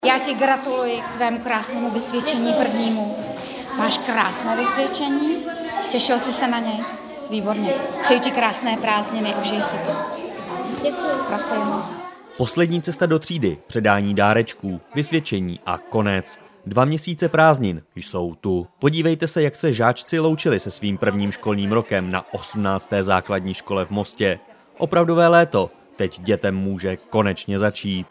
Já ti gratuluji k tvému krásnému vysvědčení prvnímu. Máš krásné vysvědčení, těšil jsi se na něj? Výborně. Přeji ti krásné prázdniny, užij si to. Děkuji. Prosím. Poslední cesta do třídy, předání dárečků, vysvědčení a konec. 2 měsíce prázdnin jsou tu. Podívejte se, jak se žáčci loučili se svým prvním školním rokem na 18. základní škole v Mostě. Opravdové léto teď dětem může konečně začít.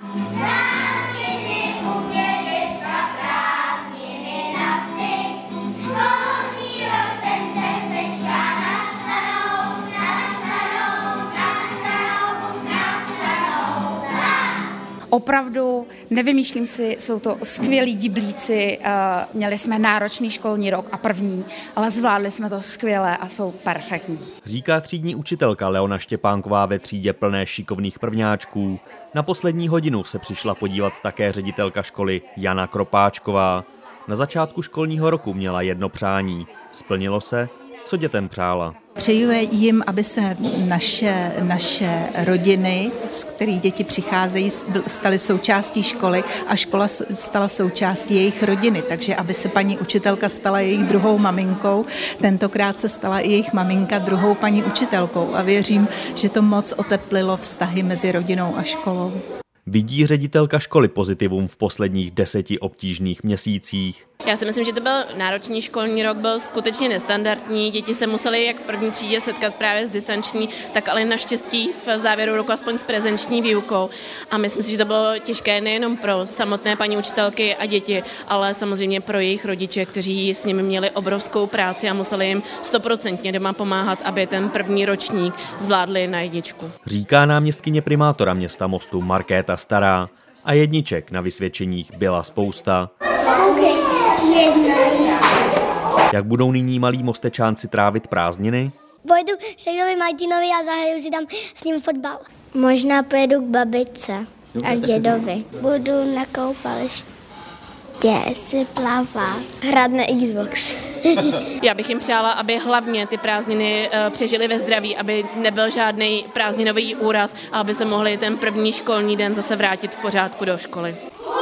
Opravdu, nevymýšlím si, jsou to skvělí diblíci, měli jsme náročný školní rok a první, ale zvládli jsme to skvěle a jsou perfektní. Říká třídní učitelka Leona Štěpánková ve třídě plné šikovných prvňáčků. Na poslední hodinu se přišla podívat také ředitelka školy Jana Kropáčková. Na začátku školního roku měla jedno přání. Splnilo se, co dětem přála. Přeju jim, aby se naše rodiny, z kterých děti přicházejí, staly součástí školy a škola stala součástí jejich rodiny. Takže aby se paní učitelka stala jejich druhou maminkou, tentokrát se stala i jejich maminka druhou paní učitelkou. A věřím, že to moc oteplilo vztahy mezi rodinou a školou. Vidí ředitelka školy pozitivum v posledních 10 obtížných měsících. Já si myslím, že to byl náročný školní rok, byl skutečně nestandardní. Děti se musely jak v první třídě setkat právě s distanční, tak ale naštěstí v závěru roku aspoň s prezenční výukou. A myslím si, že to bylo těžké nejenom pro samotné paní učitelky a děti, ale samozřejmě pro jejich rodiče, kteří s nimi měli obrovskou práci a museli jim 100% doma pomáhat, aby ten první ročník zvládli na jedničku. Říká náměstkyně primátora města Mostu Markéta Stará. A jedniček na vysvědčeních byla spousta. Jak budou nyní malí mostečánci trávit prázdniny? Pojedu k Sedovi Martinovi a zahraju si tam s ním fotbal. Možná pojedu k babičce a k dědovi. Budu na koupališti si plavat. Hrát na Xbox. Já bych jim přála, aby hlavně ty prázdniny přežili ve zdraví, aby nebyl žádný prázdninový úraz a aby se mohli ten první školní den zase vrátit v pořádku do školy.